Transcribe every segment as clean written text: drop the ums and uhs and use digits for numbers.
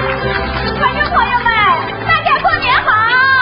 观众朋友们，大家过年好！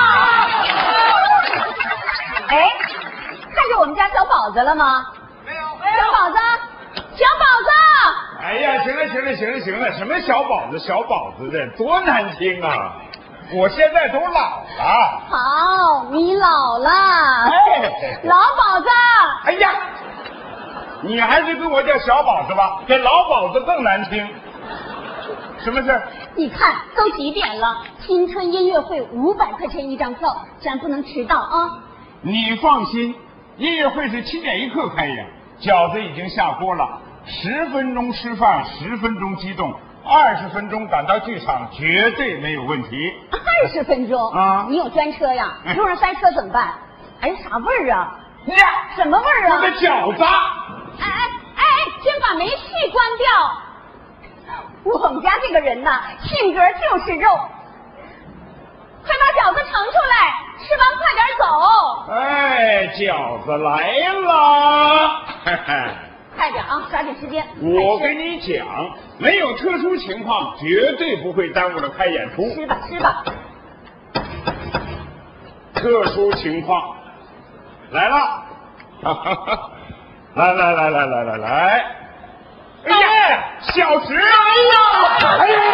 哎，看见我们家小宝子了吗？ 没有。 小宝子，小宝子！ 哎呀，行了，什么小宝子的，多难听啊！我现在都老了。 好，你老了。 哎， 老宝子。 哎呀，你还是跟我叫小宝子吧，这老宝子更难听。什么事？ 你看都几点了？新春音乐会500块钱一张票，咱不能迟到啊！ 你放心，音乐会是7点1刻开演，饺子已经下锅了，10分钟吃饭，10分钟激动，20分钟赶到剧场，绝对没有问题。 20分钟啊？ 你有专车呀？路上塞车怎么办？哎，啥味儿啊？ 呀， 什么味儿啊？ 那个饺子。 哎，先把煤气关掉。我们家这个人呐，性格就是肉。快把饺子盛出来，吃完快点走。 哎，饺子来了。 快点啊，抓紧时间。 我跟你讲，没有特殊情况，绝对不会耽误了开演出。 吃吧吃吧。 特殊情况来了。来。哎呀，小石！哎呀！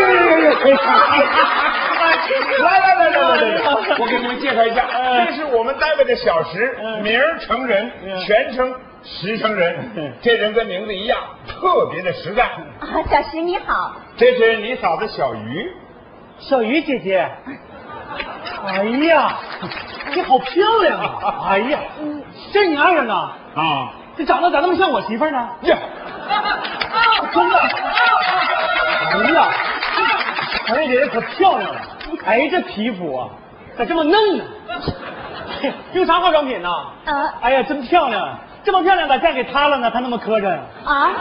来，我给你们介绍一下，这是我们单位的小石，名成人，全称石成人。这人跟名字一样，特别的实在。 啊，小石你好。 这是你嫂子小鱼。 小鱼姐姐。哎呀，你好漂亮啊！哎呀，这是你爱人呐？ 啊， 这长得咋那么像我媳妇呢？ 呀， 真的。哎呀，小鱼姐姐可漂亮了。哎，这皮肤啊，咋这么嫩呢？用啥化妆品呢？哎呀，真漂亮！这么漂亮，咋嫁给他了呢？他那么磕碜啊！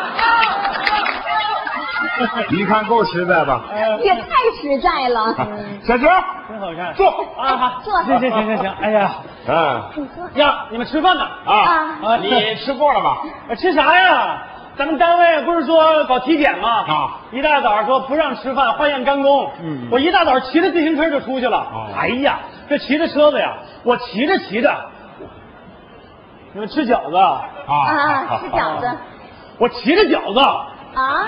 你看够实在吧？ 也太实在了。 小石， 真好看。 坐啊，好， 坐。 行。哎呀，呀，你们吃饭呢？ 啊，你吃过了吧？ 吃啥呀？咱们单位不是说搞体检吗？ 啊， 一大早说不让吃饭，化验干工。我一大早骑着自行车就出去了。哎呀，这骑着车子呀，我骑着，你们吃饺子啊？吃饺子。 我骑着饺子。 啊！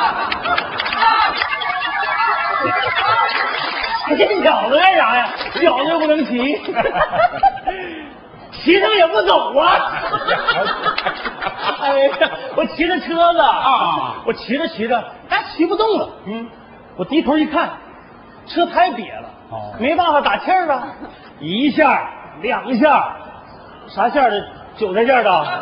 这饺子干啥呀？饺子又不能骑，骑上也不走啊！哎呀，我骑着车子啊，我骑着，哎，骑不动了。我低头一看，车胎瘪了，没办法打气儿啊，一下2下，啥馅的？韭菜馅的。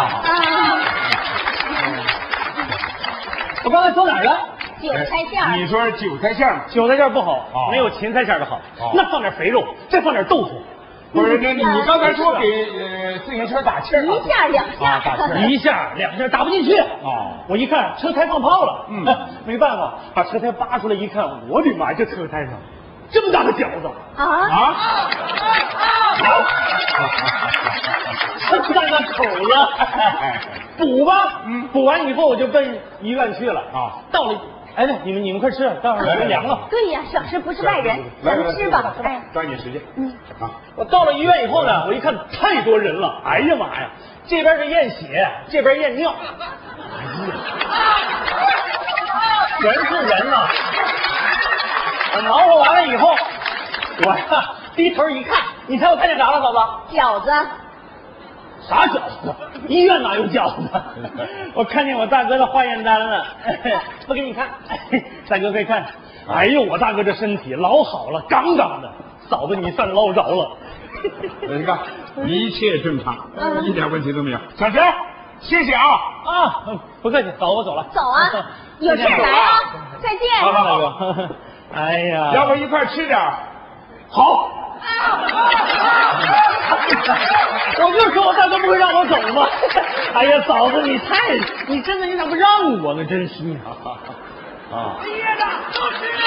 我刚才说哪儿了？ 韭菜馅。 你说韭菜馅？ 韭菜馅不好，没有芹菜馅的好。那放点肥肉，再放点豆腐。 不是，那你刚才说给自行车打气儿 ，1下2下， 打气儿 ，1下2下打不进去。我一看车胎放炮了，没办法，把车胎拔出来一看，我的妈呀，这车胎上这么大的饺子这么大个口子，补吧，补完以后我就奔医院去了到了，哎，你们快吃，待会儿凉了。 对呀，小石不是外人，咱们吃吧。哎， 抓紧时间。 我到了医院以后呢，我一看太多人了，哎呀妈呀，这边是验血，这边验尿，全是人呐。我忙活完了以后，我呀低头一看，你猜我看见啥了，嫂子？ 饺子。 啥饺子？医院哪有饺子？我看见我大哥的化验单了，不给你看，大哥快看。哎呦，我大哥这身体老好了，杠杠的。嫂子你算捞着了。 你看，一切正常，一点问题都没有。小石，谢谢啊！ 不客气，走，我走了。 走啊，有事来啊，再见。 好，大哥。哎呀， 要不一块吃点？ 好。我就说我大哥不会让我走吗？哎呀，嫂子你真的你咋不让我呢？真是毕业的都吃了。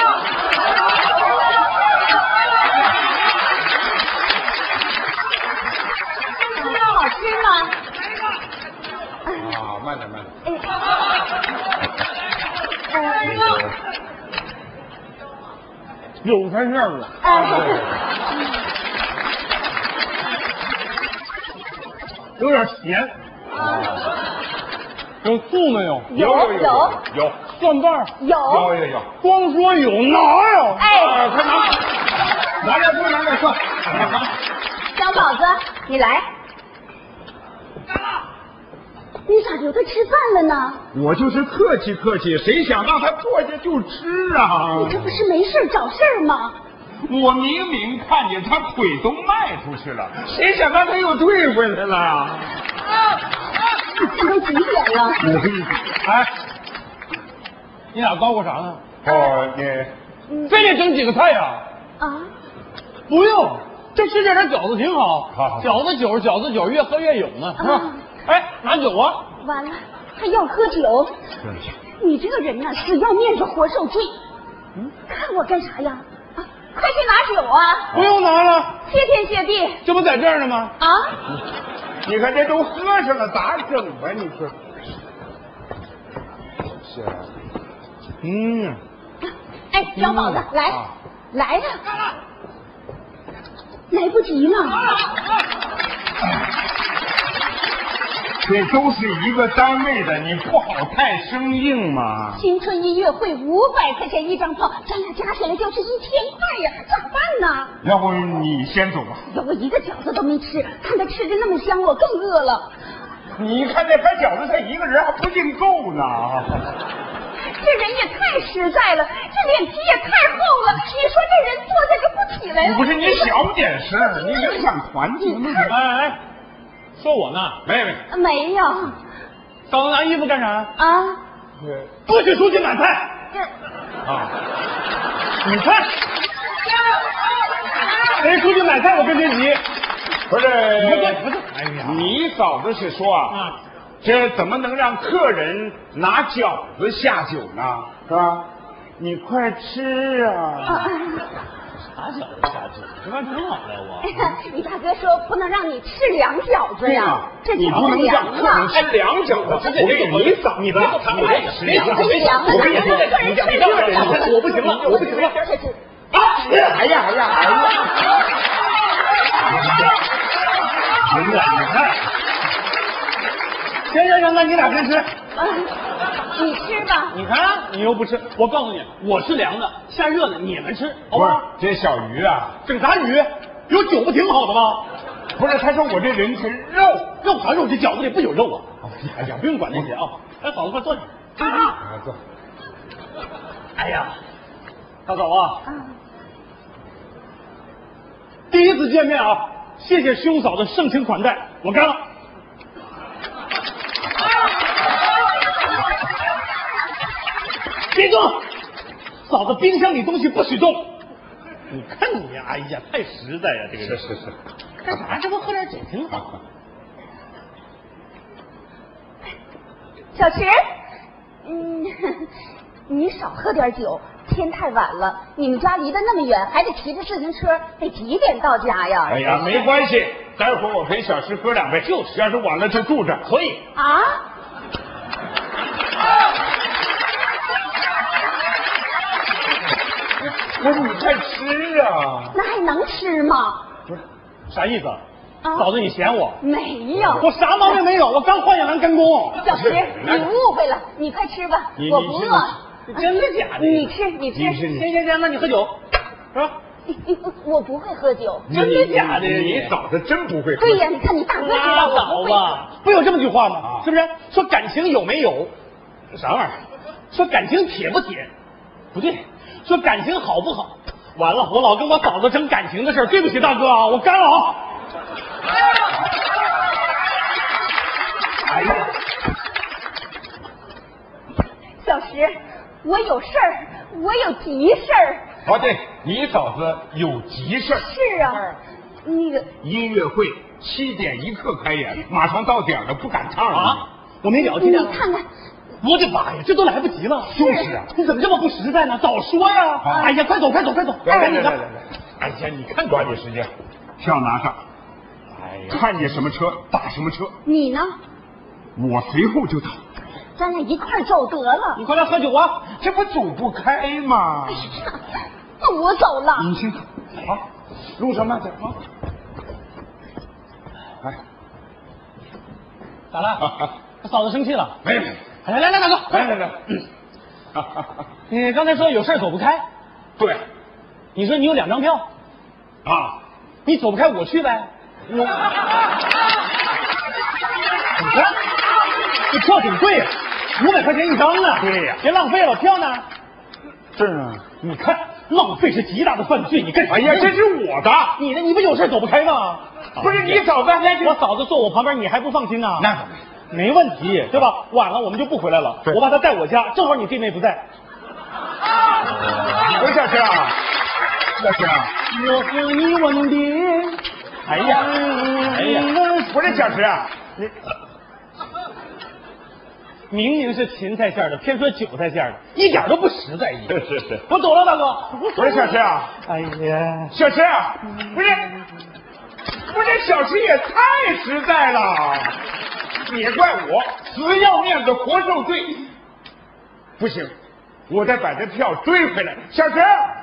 好吃吗？ 慢点。 有才事儿了。有点咸。有醋没有？ 有。 蒜瓣有。 光说有拿呀！ 哎， 快拿点醋，拿点蒜。 小宝子，你来。你咋留他吃饭了呢？ 我就是客气客气，谁想让他坐下就吃啊？ 你这不是没事找事儿吗？ 我明明看见他腿都迈出去了，谁想让他又退回来了呀？ 这都几点了？ 哎，你俩高过啥呢？ 你非得整几个菜呀？ 啊？ 不用，就吃这点饺子挺好。 好饺子酒，越喝越有呢，是吧？哎，拿酒啊！ 完了，还要喝酒？你这个人呐，死要面子活受罪。看我干啥呀？啊，快去拿酒啊！ 不用拿了， 谢天谢地。 这不在这儿呢吗？ 啊？ 你看这都喝上了，咋整吧？你说。是。 哎，小宝子，来呀！来不及了。 这都是一个单位的，你不好太生硬嘛。 新春音乐会500块钱一张票，咱俩加起来就是1000块呀，咋办呢？ 要不你先走吧。 我一个饺子都没吃，看他吃的那么香，我更饿了。 你看这盘饺子，他一个人还不尽够呢。 这人也太实在了，这脸皮也太厚了。你说这人坐在这不起来了？ 不是你小点声，你影响团结。 哎，说我呢？ 没有。 嫂子拿衣服干啥？ 啊？ 不许出去买菜。你看，谁出去买菜我跟谁急。 不是， 哎呀， 你嫂子是说啊，这怎么能让客人拿饺子下酒呢？是吧？你快吃啊！ 啥饺子下酒？这玩意挺好的我。 你大哥说不能让你吃凉饺子呀，这你不能让客人吃凉饺子。我跟你嫂子，你别吃凉饺子，我跟你说，你我不行了，我不行了。啊！哎呀！行了，你看， 行，那你俩先吃。 你吃吧。 你看，你又不吃，我告诉你，我是凉的，下热的你们吃，好不好？ 这小鱼啊， 整啥鱼？有酒不挺好的吗？ 不是，他说我这人是肉啥肉？这饺子里不有肉啊？哎呀，不用管那些啊。哎，嫂子快坐下。 坐。 哎呀，大嫂啊，第一次见面啊，谢谢兄嫂的盛情款待，我干了。别动！嫂子冰箱里东西不许动。你看你呀，哎呀，太实在呀，这个人。 是。 干啥？这不喝点酒挺好。 小池，你少喝点酒，天太晚了，你们家离得那么远，还得骑着自行车，得几点到家呀？ 哎呀，没关系，待会儿我陪小石喝2杯。就是，要是晚了就住着，可以。 啊？ 不是你快吃啊！ 那还能吃吗？ 不是，啥意思？嫂子，你嫌我？ 没有， 我啥毛病没有，我刚换下完跟工。 小石，你误会了，你快吃吧，我不饿。 真的假的？ 你吃。 行，那你喝酒，是吧？ 我不会喝酒。 真的假的？ 你嫂子真不会喝。 对呀，你看你大哥知道我不会。 不有这么句话吗？是不是？说感情有没有？啥玩意儿？说感情铁不铁？不对。说感情好不好？完了，我老跟我嫂子争感情的事儿，对不起大哥啊，我干了啊！ 哎呀， 小石，我有事儿，我有急事儿。 哦，对，你嫂子有急事儿。 是啊，那个音乐会7点1刻开演，马上到点了，不赶趟啊！我没了解。 你看看。 我的妈呀，这都来不及了！ 就是啊， 你怎么这么不实在呢？早说呀！哎呀，快走！ 来！哎呀，你看抓紧时间，票拿上。哎呀，看见什么车打什么车。 你呢？ 我随后就到。 咱俩一块走得了。 你快来喝酒啊！ 这不走不开吗？ 哎呀， 我走了。 你先走，好，路上慢点啊。哎， 咋了？嫂子生气了？ 没有。 来，大哥， 来。 你刚才说有事走不开， 对， 你说你有2张票啊， 你走不开我去呗。你看，这票挺贵啊，500块钱一张呢。 对呀， 别浪费了，票呢？ 这儿呢。 你看，浪费是极大的犯罪，你干什么？ 哎呀，这是我的。 你不有事走不开吗？ 不是你早半天我嫂子坐我旁边，你还不放心呢？ 那没问题，对吧？晚了我们就不回来了。我把她带我家，正好你弟妹不在。 不是小石啊，小石啊， 我和你吻别。哎呀， 不是小石啊，你明明是芹菜馅的，偏说韭菜馅的，一点都不实在。 是， 我走了，大哥。 不是小石啊， 哎呀， 小石啊，不是小石也太实在了，你怪我死要面子活受罪，不行，我得把这票追回来。小石，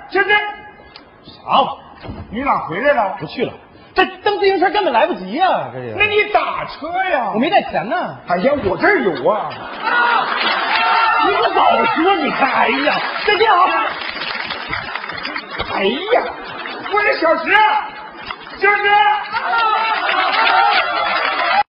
啥？ 你俩回来了？ 不去了，这蹬自行车根本来不及呀，这也。 那你打车呀？ 我没带钱呢。 哎呀，我这儿有啊。 你不早说，你看，哎呀，再见啊！ 哎呀，不是小石，